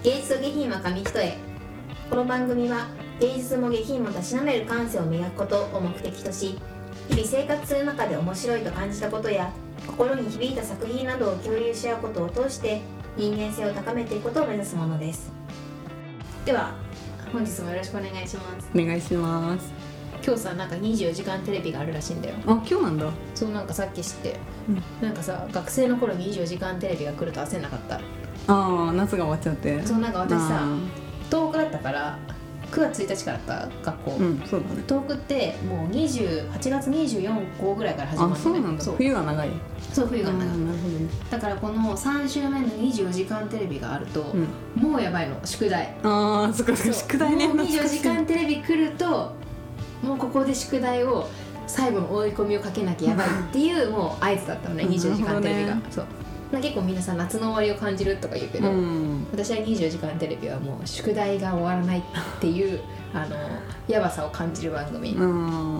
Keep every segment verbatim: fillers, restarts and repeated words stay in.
芸術と下品は紙一重。この番組は芸術も下品もたしなめる感性を磨くことを目的とし、日々生活する中で面白いと感じたことや心に響いた作品などを共有し合うことを通して人間性を高めていくことを目指すものです。では本日もよろしくお願いします。 お願いします。 今日さ、なんかにじゅうよじかんテレビがあるらしいんだよ。 あ、今日なんだ。 そう、なんかさっき知って、 うん、 なんかさ、学生の頃にじゅうよじかんテレビが来ると焦んなかった。 ああ、夏が終わっちゃって。 そう、なんか私さ、東北だったからくがつついたちからだった学校、 うん、そうだね。 東北ってもうにじゅうはちがつにじゅうよっかぐらいから始まるのね。 あ、そうなんだ。冬が長い。 そう、冬が長い。 なるほどね。 だからこのさん週目のにじゅうよじかんテレビがあると、うん、もうやばいの、宿題。 ああ、そっかそっか、宿題ね。 もうにじゅうよじかんテレビ来るともうここで宿題を最後の追い込みをかけなきゃやばいっていうもう合図だったのね、にじゅうよじかんテレビが。そう結構みんなさ、夏の終わりを感じるとか言うけど、うん、私はにじゅうよじかんテレビはもう宿題が終わらないっていうあのやばさを感じる番組。 うん、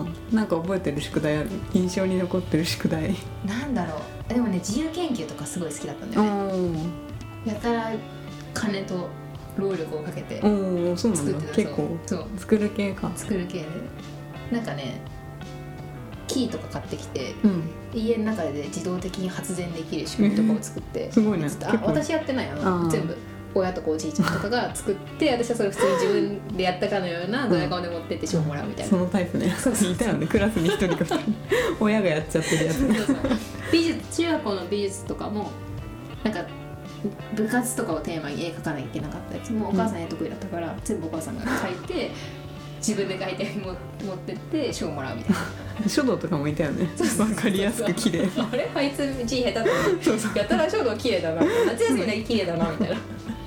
なんか覚えてる宿題ある？印象に残ってる宿題なんだろう。でもね、自由研究とかすごい好きだったんだよね。やたら金と労力をかけて作ってた。 そうなんだ。結構そう作る系か。 作る系でなんかね、キーとか買ってきて、 うん、 家の中で自動的に発電できる仕組みとかを作って、えー、 すごいね。 あ、私やってないの。全部親とかおじいちゃんとかが作って私はそれ普通に自分でやったかのようなドヤ顔で持ってって賞もらうみたいな、うん、 そのタイプね。いたよね、クラスに一人か二人親がやっちゃってるやつね。 そうそうそう。美術、中学校の美術とかもなんか部活とかをテーマに絵描かなきゃいけなかったやつもお母さん絵得意だったから、うん、全部お母さんが描いて自分で描いて持ってって賞もらうみたいな。 書道とかもいたよね。わかりやすく綺麗。 あれ、あいつ字下手だな。そうそう、やたら書道綺麗だな。夏休みだけ綺麗だなみたいな。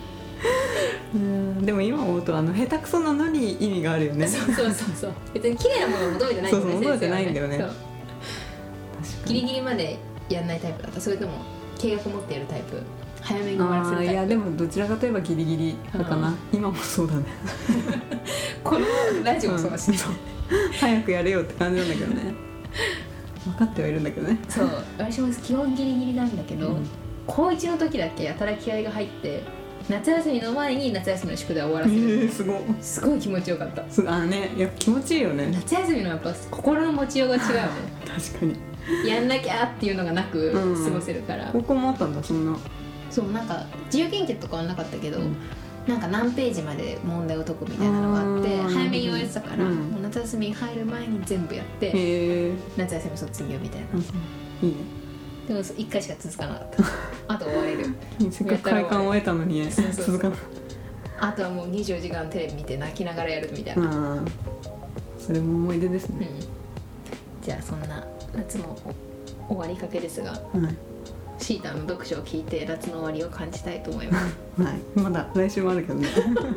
うんでも今思うとあの下手くそなのに意味があるよね。 そうそうそうそう。別に綺麗なものを求めてないんだよね。 そうそう、求めてないんだよね。 確かに。ギリギリまでやんないタイプだった。それとも計画持っているタイプ。早めに終わらせるタイプ。 いやでもどちらかといえばギリギリだかな、うん、今もそうだね。 このラジオもそうだしね、 うん、早くやれよって感じなんだけどね。分かってはいるんだけどね。 そう、私も基本ギリギリなんだけど、うん、高いちの時だけやたら気合が入って夏休みの前に夏休みの宿題を終わらせる、 えー、すごいすごい気持ちよかった。 あのね、やっぱ気持ちいいよね。 夏休みのやっぱ心の持ちようが違うよね。 確かにやんなきゃっていうのがなく過ごせるから、うん、 ここもあったんだ、そんな。 そう、なんか自由研究とかはなかったけど、うん、なんか何ページまで問題を解くみたいなのがあって早めに言われてたから、うん、もう夏休み入る前に全部やって夏休み卒業みたいな、うん、 いいね。 でもいっかいしか続かなかったあと終われる。 せっかく快感を得たのにね、続かない。 あとはもうにじゅうよじかんテレビ見て泣きながらやるみたいな。 それも思い出ですね、 うん、じゃあそんな夏も終わりかけですが、はい、シータの読書を聞いて夏の終わりを感じたいと思います。 はい、まだ来週もあるけどね。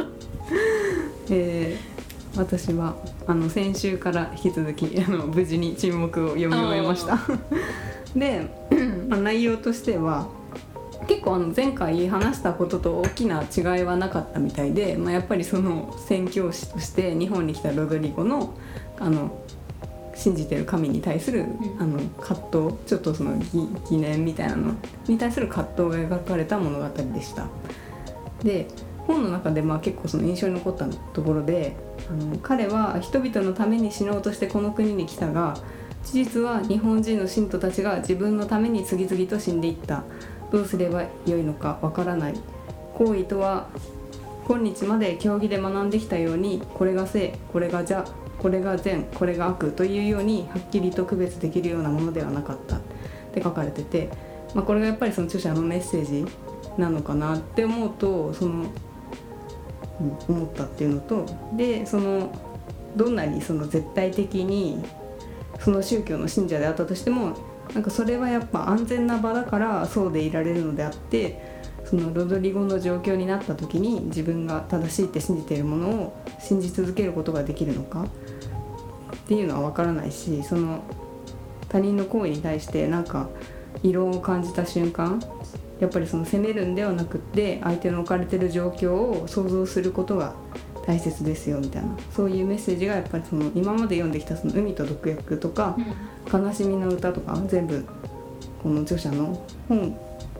えー、私はあの先週から引き続きあの無事に沈黙を読み終えました。で、まあ、内容としては結構あの前回話したことと大きな違いはなかったみたいで、まあ、やっぱりその宣教師として日本に来たロドリゴのあの信じてる神に対する、うん、あの葛藤、ちょっとその疑念みたいなのに対する葛藤が描かれた物語でした。で、本の中でまあ結構その印象に残ったところで、あの彼は人々のために死のうとしてこの国に来たが、事実は日本人の信徒たちが自分のために次々と死んでいった。どうすればよいのかわからない。行為とは今日まで教義で学んできたように、これが正、これが邪、これが善、これが悪というようにはっきりと区別できるようなものではなかったって書かれてて、まあ、これがやっぱりその著者のメッセージなのかなって思うと、その、うん、思ったっていうのと、でそのどんなにその絶対的にその宗教の信者であったとしても、なんかそれはやっぱ安全な場だからそうでいられるのであって、そのロドリゴの状況になった時に自分が正しいって信じているものを信じ続けることができるのかっていうのは分からないし、その他人の行為に対してなんか異論を感じた瞬間、やっぱりその責めるんではなくって相手の置かれている状況を想像することが大切ですよみたいな、そういうメッセージがやっぱりその今まで読んできたその海と毒薬とか、うん、悲しみの歌とか全部この著者の本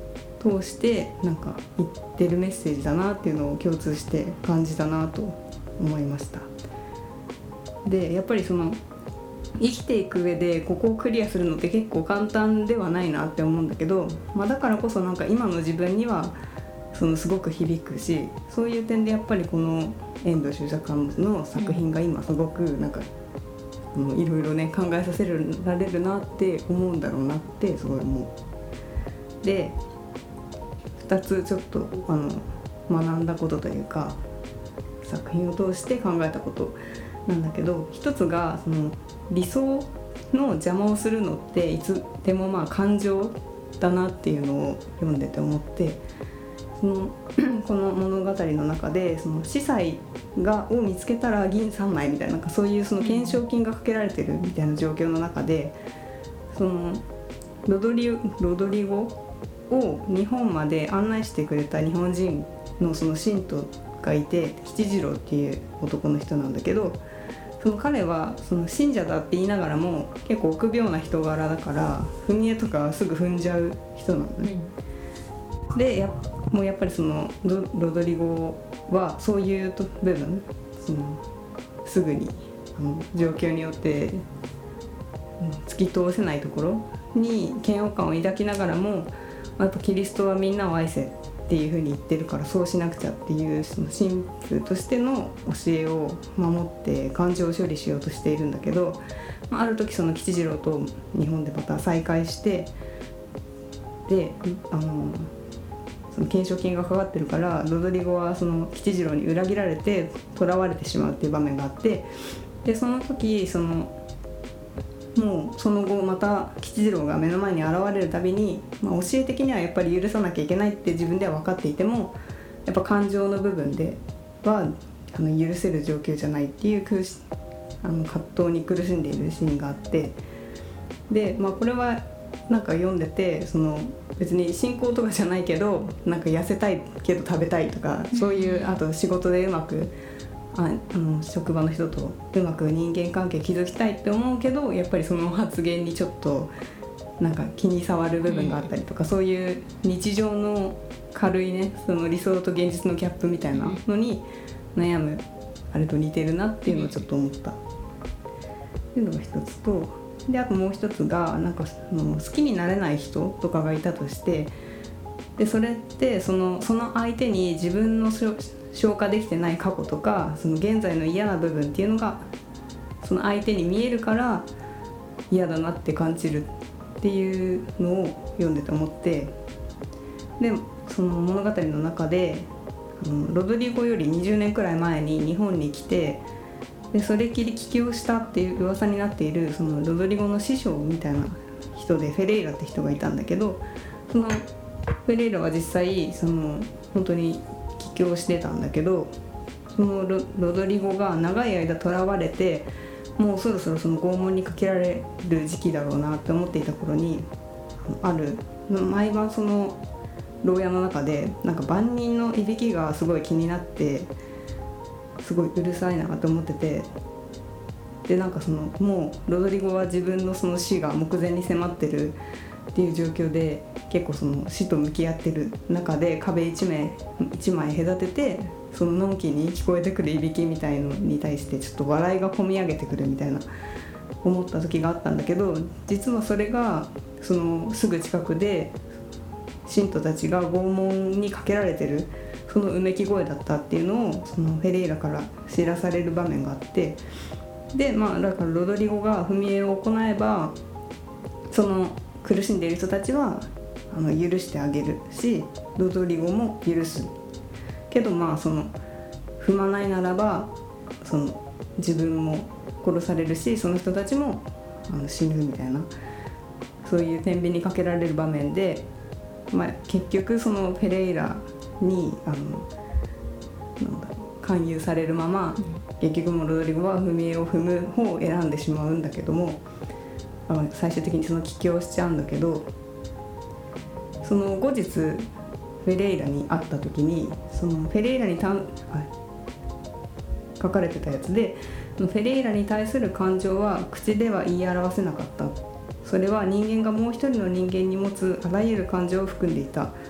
通してなんか言ってるメッセージだなっていうのを共通して感じたなと思いました。でやっぱりその生きていく上でここをクリアするのって結構簡単ではないなって思うんだけど、まあ、だからこそなんか今の自分にはそのすごく響くし、そういう点でやっぱりこの遠藤周作館の作品が今すごくなんかいろいろね考えさせられるなって思うんだろうなってすごい思う。でふたつちょっとあの学んだことというか作品を通して考えたことなんだけど、一つがその理想の邪魔をするのっていつでもまあ感情だなっていうのを読んでて思って、そのこの物語の中でその司祭がを見つけたら銀さんまいみたい な, なんかそういうその懸賞金がかけられてるみたいな状況の中で、そのロドリロドリゴを日本まで案内してくれた日本人のその信徒がいて、吉次郎っていう男の人なんだけど、その彼はその信者だって言いながらも結構臆病な人柄だから踏み絵とかすぐ踏んじゃう人なのね、うん、でやもうやっぱりその ロ, ロドリゴはそういう部分そのすぐにあの状況によって突き通せないところに嫌悪感を抱きながらも、やっぱキリストはみんなを愛せっていう風に言ってるからそうしなくちゃっていうその神父としての教えを守って感情を処理しようとしているんだけど、まあ、ある時その吉次郎と日本でまた再会して、であのその懸賞金がかかってるからロドリゴはその吉次郎に裏切られて囚われてしまうっていう場面があって、でその時そのもうその後また吉次郎が目の前に現れるたびに、まあ、教え的にはやっぱり許さなきゃいけないって自分では分かっていても、やっぱ感情の部分ではあの許せる状況じゃないっていう苦しあの葛藤に苦しんでいるシーンがあって、で、まあ、これはなんか読んでてその別に信仰とかじゃないけどなんか痩せたいけど食べたいとか、そういうあと仕事でうまくああの職場の人とうまく人間関係築きたいって思うけど、やっぱりその発言にちょっとなんか気に障る部分があったりとか、そういう日常の軽いねその理想と現実のギャップみたいなのに悩むあれと似てるなっていうのをちょっと思ったっていうのが一つと、であともう一つがなんかその好きになれない人とかがいたとして、でそれってそのその相手に自分の消化できてない過去とかその現在の嫌な部分っていうのがその相手に見えるから嫌だなって感じるっていうのを読んでて思って、でその物語の中であのロドリゴよりにじゅうねんくらい前に日本に来て、でそれっきり帰郷したっていう噂になっているそのロドリゴの師匠みたいな人でフェレイラって人がいたんだけど、そのフェレイラは実際その本当に帰郷してたんだけど、その ロ, ロドリゴが長い間囚われてもうそろそろその拷問にかけられる時期だろうなって思っていた頃に、ある毎晩その牢屋の中でなんか万人のいびきがすごい気になってすごいうるさいなと思ってて、でなんかそのもうロドリゴは自分のその死が目前に迫ってるっていう状況で結構その死と向き合ってる中で壁一枚一枚隔ててそののんきに聞こえてくるいびきみたいのに対してちょっと笑いがこみ上げてくるみたいな思った時があったんだけど、実はそれがそのすぐ近くで信徒たちが拷問にかけられてるそのうめき声だったっていうのをそのフェレイラから知らされる場面があって、でまあだからロドリゴが踏み絵を行えばその苦しんでいる人たちはあの許してあげるし、ロドリゴも許すけど、まあその踏まないならばその自分も殺されるしその人たちもあの死ぬみたいな、そういう天秤にかけられる場面で、まあ、結局そのフェレイラにあのなんだ勧誘されるまま、うん、結局もロドリゴは踏み絵を踏む方を選んでしまうんだけども、最終的にその帰郷しちゃうんだけど、その後日フェレイラに会った時にそのフェレイラにた書かれてたやつで、フェレイラに対する感情は口では言い表せなかった、それは人間がもう一人の人間に持つあらゆる感情を含んでいた、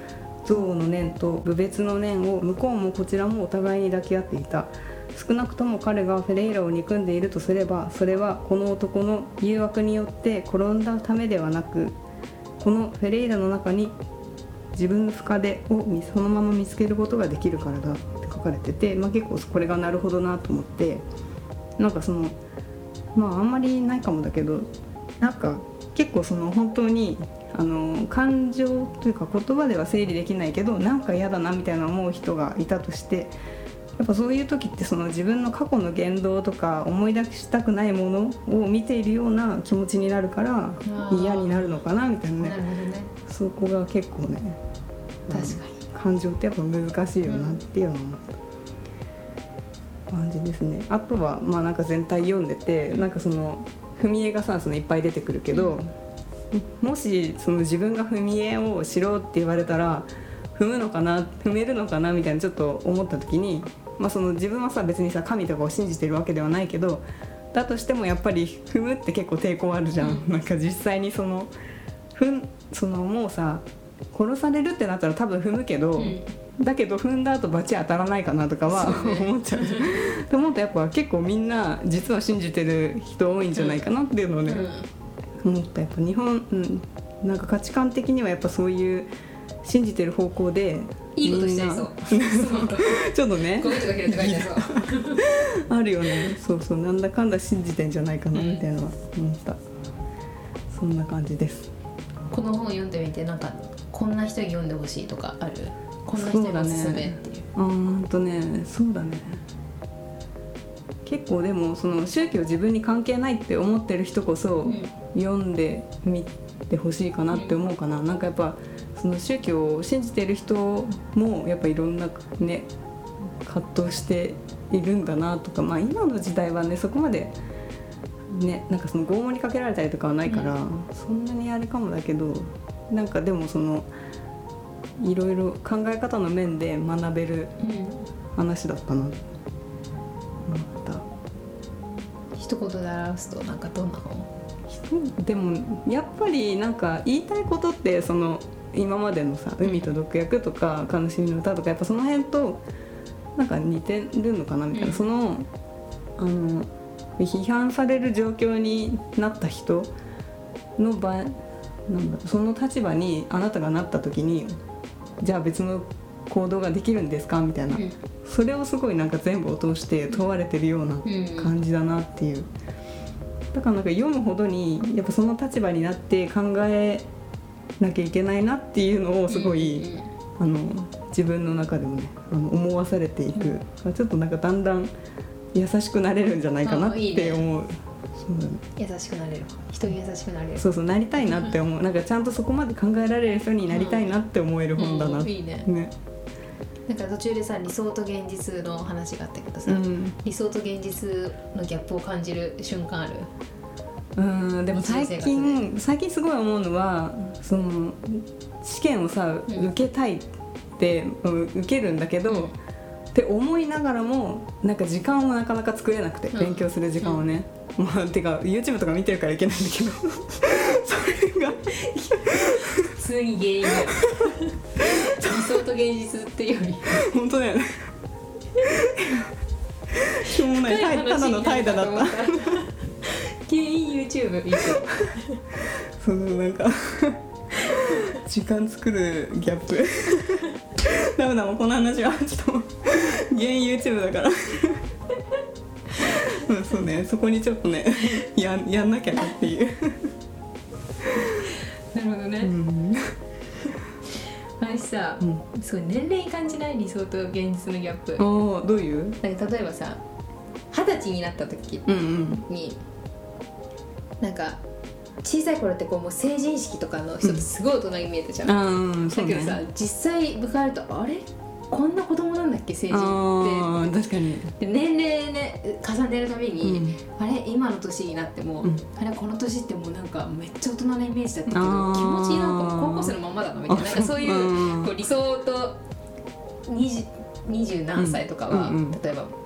憎悪の念と侮蔑の念を向こうもこちらもお互いに抱き合っていた。少なくとも彼がフェレイラを憎んでいるとすれば、それはこの男の誘惑によって転んだためではなく、このフェレイラの中に自分の深手をそのまま見つけることができるからだって書かれてて、まあ、結構これがなるほどなと思って、なんかそのまああんまりないかもだけど、なんか結構その本当にあの感情というか言葉では整理できないけど、なんか嫌だなみたいな思う人がいたとして、やっぱそういう時ってその自分の過去の言動とか思い出したくないものを見ているような気持ちになるから嫌になるのかなみたいなね。 なるほどね。 そこが結構ね、 確かに感情ってやっぱ難しいよなっていうのを思った感じですね。あとはまあなんか全体読んでて、なんかその踏み絵がさそのいっぱい出てくるけど、うん、もしその自分が踏み絵をしろって言われたら踏むのかな、踏めるのかなみたいなちょっと思った時に、まあ、その自分はさ別にさ神とかを信じてるわけではないけど、だとしてもやっぱり踏むって結構抵抗あるじゃん、うん、なんか実際にその踏んそのもうさ殺されるってなったら多分踏むけど、うん、だけど踏んだ後バチ当たらないかなとかは、ね、思っちゃうと思うと、やっぱ結構みんな実は信じてる人多いんじゃないかなっていうのをね、うん、思った。やっぱ日本、うん、なんか価値観的にはやっぱそういう信じてる方向でいいことしてるそうちょっとねこういうとか開いて書いてそうあるよね。そうそう、なんだかんだ信じてんじゃないかなみたいなのは思った、うん、そんな感じです。 この本読んでみてなんかこんな人に読んでほしいとかある？こんな人におすすめっていう。 うーんとね、そうだね、結構でもその宗教自分に関係ないって思ってる人こそ読んでみてほしいかなって思うかな、うん、なんかやっぱその宗教を信じてる人もやっぱいろんなね葛藤しているんだなとか、まあ今の時代はねそこまでねなんかその拷問にかけられたりとかはないから、うん、そんなにあれかもだけど、なんかでもそのいろいろ考え方の面で学べる話だったな、うん、思った。 一言で表すとなんかどんな本？ でもやっぱりなんか言いたいことってその今までのさ海と毒薬とか悲しみの歌とかやっぱその辺となんか似てるのかなみたいな、うん、そのあの批判される状況になった人の場なんだその立場にあなたがなった時にじゃあ別の行動ができるんですかみたいな、うん、それをすごいなんか全部を通して問われてるような感じだなっていう、だからなんか読むほどにやっぱその立場になって考えなきゃいけないなっていうのをすごい、うん、あの自分の中でもねあの思わされていく、うん、ちょっとなんかだんだん優しくなれるんじゃないかなって思う。そうだね、 優しくなれる、人に優しくなれる、 そうそうなりたいなって思うなんかちゃんとそこまで考えられる人になりたいなって思える本だな、 うんうん、いいね、ね、なんか途中でさ理想と現実の話があったけどさ、うん、理想と現実のギャップを感じる瞬間ある？ うんでも最近最近すごい思うのはその試験をさ、うん、受けたいって、うん、受けるんだけど、うん、って思いながらもなんか時間をなかなか作れなくて、うん、勉強する時間をね、うんまあ、てか YouTube とか見てるからいけないんだけどそれが普通に原因だよ理想と現実っていうより本当だよねしょうもないただの怠惰だった原因 YouTube 見てそのなんか時間作るギャップダメだもんこの話はちょっと原因 YouTube だからうん、そうね、そこにちょっとね や, やんなきゃなっていうなるほどね、うん、私さ、うん、すごい年齢感じない理想と現実のギャップ。 ああどういう？ なんか例えばさ二十歳になった時に、うんうん、なんか小さい頃ってこうもう成人式とかの人ってすごい大人に見えたじゃん、うん、だけどさ、ね、実際迎えるとあれこんな子供なんだっけ成人って。 確かにで年齢ね重ねるたびに、うん、あれ今の年になっても、うん、あれこの年ってもうなんかめっちゃ大人のイメージだったけど気持ちなんかもう高校生のままだなみたいな、なんかそういう、こう理想とにじゅう何歳とかは、うんうん、例えば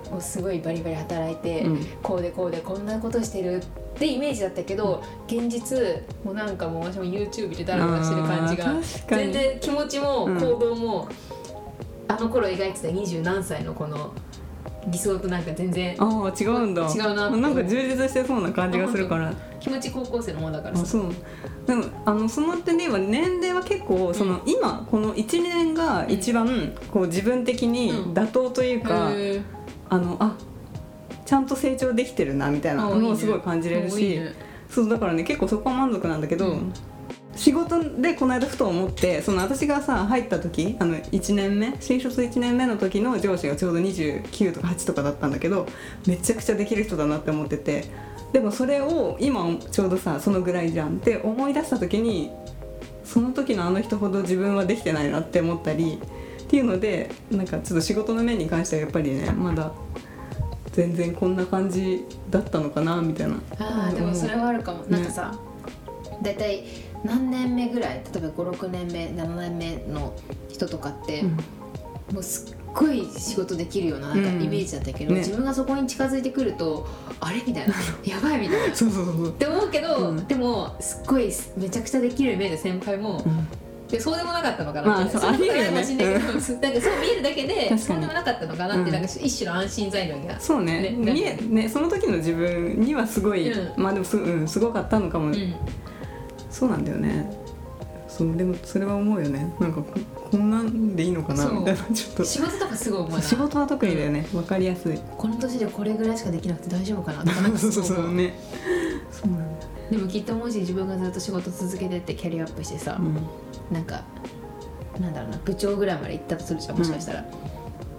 もうすごいバリバリ働いて、 うん、 こうでこうでこんなことしてるってイメージだったけど、現実もうなんかもう私も YouTube でダラダラしてる感じが全然気持ちも行動も、うん、あの頃描いてた二十何歳のこの理想となんか全然ああ違うんだ。 違うなって。 なんか充実してそうな感じがするから気持ち高校生のものだからさ。 あそうでもあのその点で言えば年齢は結構その、うん、今このいちねんが一番こう自分的に妥当というか、うん、あのあちゃんと成長できてるなみたいなのをすごい感じれるし、いいね、そうだからね結構そこは満足なんだけど、うん、仕事でこの間ふと思って、その私がさ入った時あのいちねんめ新卒いちねんめの時の上司がちょうどにじゅうきゅうとかはちとかだったんだけど、めちゃくちゃできる人だなって思ってて、でもそれを今ちょうどさそのぐらいじゃんって思い出した時に、その時のあの人ほど自分はできてないなって思ったりっていうので、なんかちょっと仕事の面に関してはやっぱりねまだ全然こんな感じだったのかなみたいな。 あーでもそれはあるかも、ね、なんかさだいたい何年目ぐらい、例えばごろくねんめななねんめの人とかって、うん、もうすっごい仕事できるようななんかイメージだったけど、うんね、自分がそこに近づいてくるとあれみたいなやばいみたいなそうそうそうって思うけど、うん、でもすっごいめちゃくちゃできるイメージの先輩も、うんでそうでもなかったのかなって、まあ、そうありえるよね、そう見えるだけでそうでもなかったのかなって、なんか一種の安心材料がそうね、ね見えねその時の自分にはすごい、うん、まあでも す,、うん、すごかったのかも、うん、そうなんだよね。そうでもそれは思うよね、なんか こ, こんなんでいいのかなみたいな、ちょっと仕事とかすごい思うな。 仕事は特にだよね、分かりやすい。 この年でこれぐらいしかできなくて大丈夫かなとかなんかそうそうそうね、そうなんだ。 でもきっともし自分がずっと仕事続けてってキャリアアップしてさ、うんなんかなんだろうな部長ぐらいまで行ったとするじゃん、もしかしたら、うん、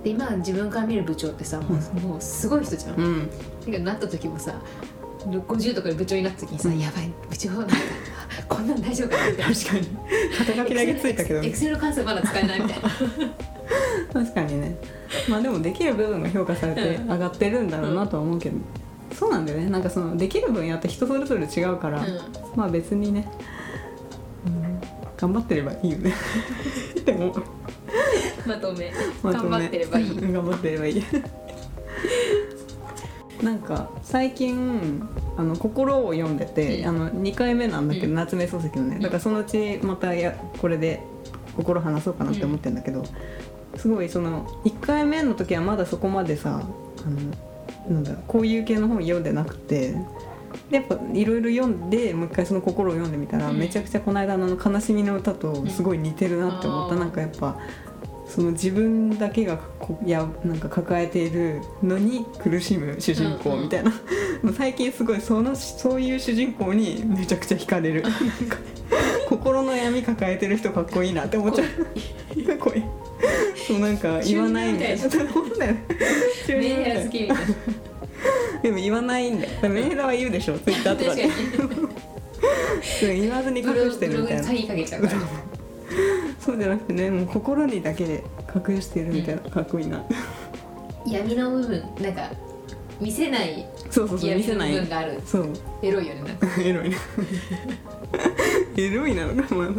で今自分から見る部長ってさもう、うん、もうすごい人じゃん、うん、だけどなった時もさごじゅうとかで部長になった時にさ、うん、やばい部長なんかこんなん大丈夫かなみたいな。 確かに肩書きだけついたけどエクセル関数まだ使えないみたいな確かにね。まあでもできる部分が評価されて上がってるんだろうなとは思うけど、うん、そうなんだよね。なんかそのできる分野って人それぞれ違うから、うん、まあ別にね頑張ってればいいよねでもまとめ頑張ってればいい頑張ってればいいなんか最近あの心を読んでて、うん、あのにかいめなんだけど、うん、夏目漱石のね、だからそのうちまたやこれで心話そうかなって思ってるんだけど、うん、すごいそのいっかいめの時はまだそこまでさあのなんだろうこういう系の本読んでなくて、でやっぱいろいろ読んでもう一回その心を読んでみたら、うん、めちゃくちゃこの間の悲しみの歌とすごい似てるなって思った、うん、なんかやっぱその自分だけがこいやなんか抱えているのに苦しむ主人公みたいな、うんうん、最近すごいそのそういう主人公にめちゃくちゃ惹かれる心の闇抱えてる人かっこいいなって思っちゃうかっこいいそうなんか言わないみたいなそうだよねメンヘラ好きみたいなでも言わないんだよ。メンヘラは言うでしょツイッターとかで言わずに隠してるみたいな。 ブログに鍵かけちゃうからそうじゃなくてね、もう心にだけで隠してるみたいな、うん、かっこいいな闇の部分なんか見せないそうそうそう闇の部分がある。 そうエロいよねなんかエロいなエロいなのかも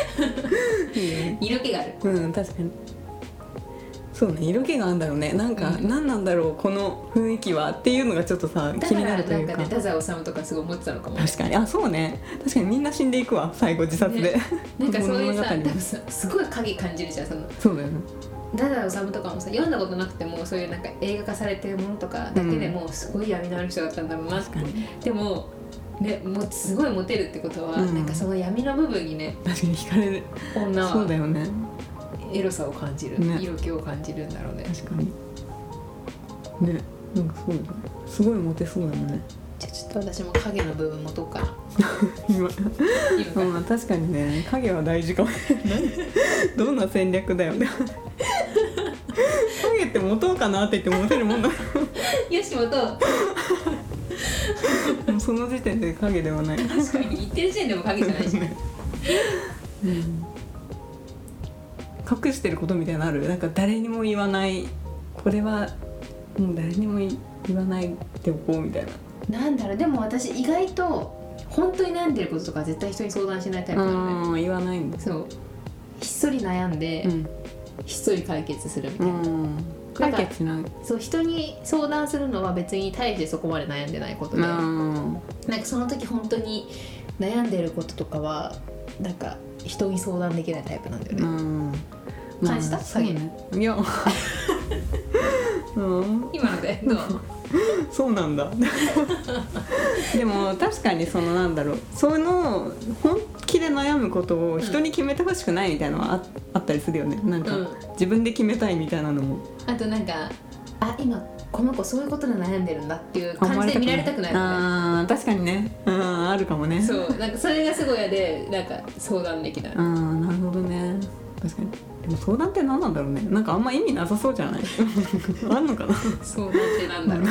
色気がある。 うん確かにそうね、色気があるんだろうね。なんか、うん、何なんだろうこの雰囲気はっていうのがちょっとさ気になるというか。だからなんかね太宰治とかすごい思ってたのかも。 確かにあそうね確かにみんな死んでいくわ最後自殺で、ね、 なんかそういうさ多分さすごい影感じるじゃんその。 そうだよね。 太宰治とかもさ読んだことなくてもそういうなんか映画化されてるものとかだけでもすごい闇のある人だったんだろうなって、うん、でもねもうすごいモテるってことは、うん、なんかその闇の部分にね確かに惹かれる女はそうだよねエロさを感じる、ね、色気を感じるんだろうね。 確かにねなんかそうだねすごいモテそうだもんね。 じゃあちょっと私も影の部分持とうかな今まあ確かにね影は大事かもどんな戦略だよね影って持とうかなって言って持てるもんだよし持とうもうその時点で影ではない。 確かに言ってる時点でも影じゃないしね、 うん隠してることみたいなのある？なんか誰にも言わないこれはもう誰にも言わないでおこうみたいな。なんだろうでも私意外と本当に悩んでることとか絶対人に相談しないタイプなのね。言わないんだ。 そうひっそり悩んで、うん、ひっそり解決するみたいな解決しない。 そう人に相談するのは別に対してそこまで悩んでないことで、なんかその時本当に悩んでることとかはなんか人に相談できないタイプなんだよね。うん感じた？影、ね、 いやうん、今のでどう？ そうなんだでも確かにそのなんだろうその本気で悩むことを人に決めてほしくないみたいなのは あ, あったりするよね。なんか、うん、自分で決めたいみたいなのもあとなんかあ今この子そういうことで悩んでるんだっていう感じで見られたくないもんね。 あ確かにね、うん、あるかもね。 そうなんかそれがすごい嫌でなんか相談できない。 あなるほどね。確かに。でも相談って何なんだろうね。なんかあんま意味なさそうじゃないあんのかな。 相談ってなんだろう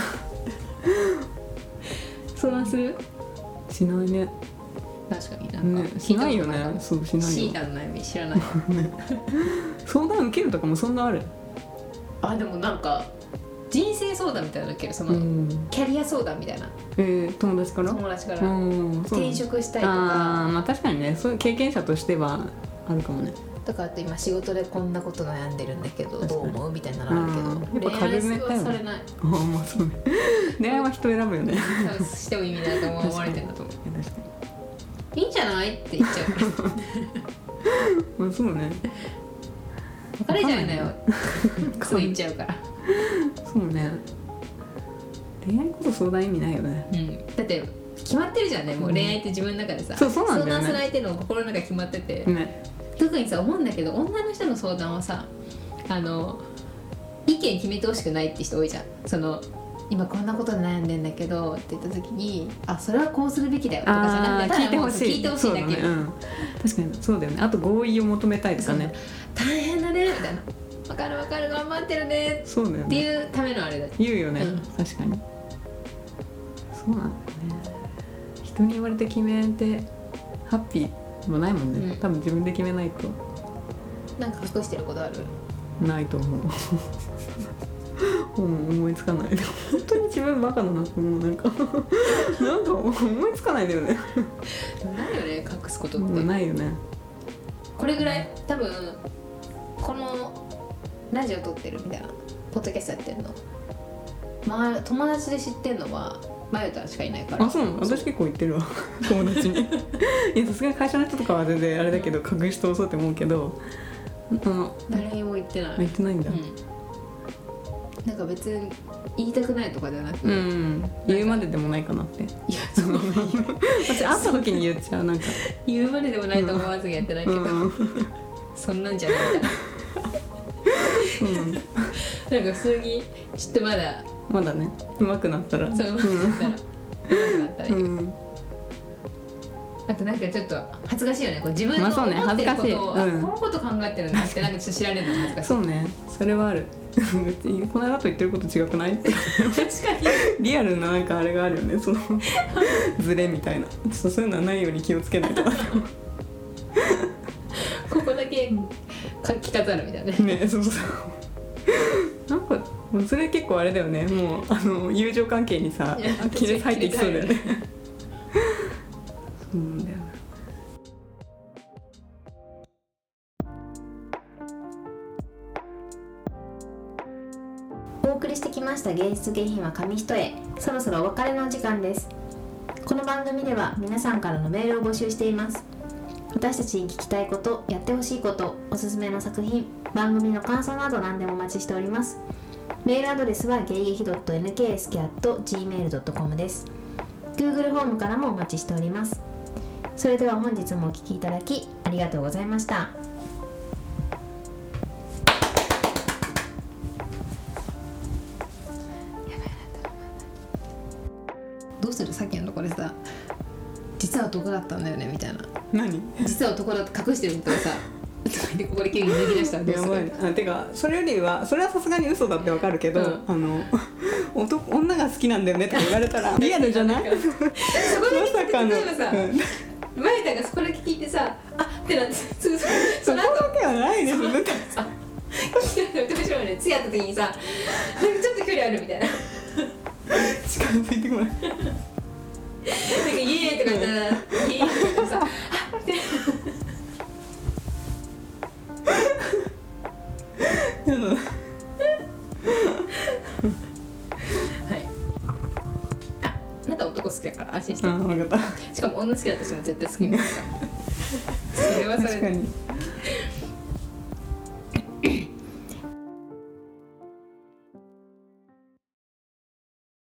相談する？ しないね。 確かになんか、ね、 しないよね。そうしないよ。 シータの悩み知らない相談受けるとかもそんなある？ あでもなんか人生相談みたいなの受ける。その、うん、キャリア相談みたいな。 えー、友達から友達から、うん、転職したいとか。 あまあ確かにねそういう経験者としてはあるかもね。 とかあと今仕事でこんなこと悩んでるんだけどどう思うみたいなのあるけど、 やっぱ軽めだよね。 それない。 あまあそうね恋愛は人選ぶよね多分しても意味ないと思われてるんだと思う。確かにいいんじゃないって言っちゃうまあそうね別れちゃうんだよそう言っちゃうからそうね恋愛こそ相談意味ないよね、 うん、だって決まってるじゃんね。もう恋愛って自分の中でさ、うん、 そうそうなんだよね。 相談する相手の心の中決まってて、 ね、 特にさ思うんだけど女の人の相談はさあの意見決めてほしくないって人多いじゃん。その今こんなことで悩んでんだけどって言った時にあそれはこうするべきだよとかじゃなくて聞いてほしい聞いてほしいだけ。 そうだね、うん、確かにそうだよね。あと合意を求めたいとかね。 大変だねみたいな分かる分かる頑張ってるねそうだよねっていうためのあれだ言うよね、うん、確かにそうなんだよね。人に言われて決めてハッピーもないもんね、うん、多分自分で決めないと。 なんか隠してることある？ ないと思ううん、思いつかない。本当に自分バカだなって思う。なんかなんか思いつかないんだよねないよね隠すことって。 ないよね。 これぐらい多分このラジオ撮ってるみたいなポッドキャストやってるの、まあ、友達で知ってるのはマユタしかいないから。 あそうなの。私結構言ってるわ友達にいやさすがに会社の人とかは全然あれだけど隠し通そうって思うけど誰にも言ってない。 言ってないんだ、うん 、なんか別に言いたくないとかじゃなくて、うん、 言うまででもないかなって。いやそう私会った時に言っちゃう。なんか言うまででもないと思わずにやってないけど、うん、そんなんじゃないみたいなうん、なんか普通にちょっとまだまだね上手くなったらそう上手くなったら上手くなったらいい、うん、あとなんかちょっと恥ずかしいよね。こう自分の思ってることを、まあね、このこと考えてるんだってなんかちょっと知られるの恥ずかしい。そうねそれはあるこの間と言ってること違くないって確かにリアルななんかあれがあるよねそのズレみたいな。ちょっとそういうのはないように気をつけないとここだけ着飾るみたいなね。 ねそうそうなんかそれ結構あれだよね。もうあの友情関係にさ亀裂入ってきそうだよねそうなんだよ。 お送りしてきました芸術下品は紙一重、そろそろお別れの時間です。この番組では皆さんからのメールを募集しています。私たちに聞きたいこと、やってほしいこと、おすすめの作品、番組の感想など何でもお待ちしております。メールアドレスはゲイゲヒ ドットエヌケーエスケー アット ジーメール ドットコム です。 Google フォームからもお待ちしております。それでは本日もお聞きいただきありがとうございました。 どうするさっきのところでさ実は男だったんだよねみたいな。 何実は男だって隠してるみたいなさでここで急に脱ぎ出したらどうする？ やばい。あてかそれよりはそれはさすがに嘘だってわかるけど、うん、あの男女が好きなんだよねって言われたらリアルじゃない？ そこだけ聞いて例えばさ、うん、マユタがそこだけ聞いてさあってなってそその後そこだけはないですよねあどうしようね次会った時にさなんかちょっと距離あるみたいな近づいてこないなんかイエーイとか言ったらイエーイとか言ってさあってやだしてあ分かったしかも女好きだとしても絶対好きになるからそれはそれで確かに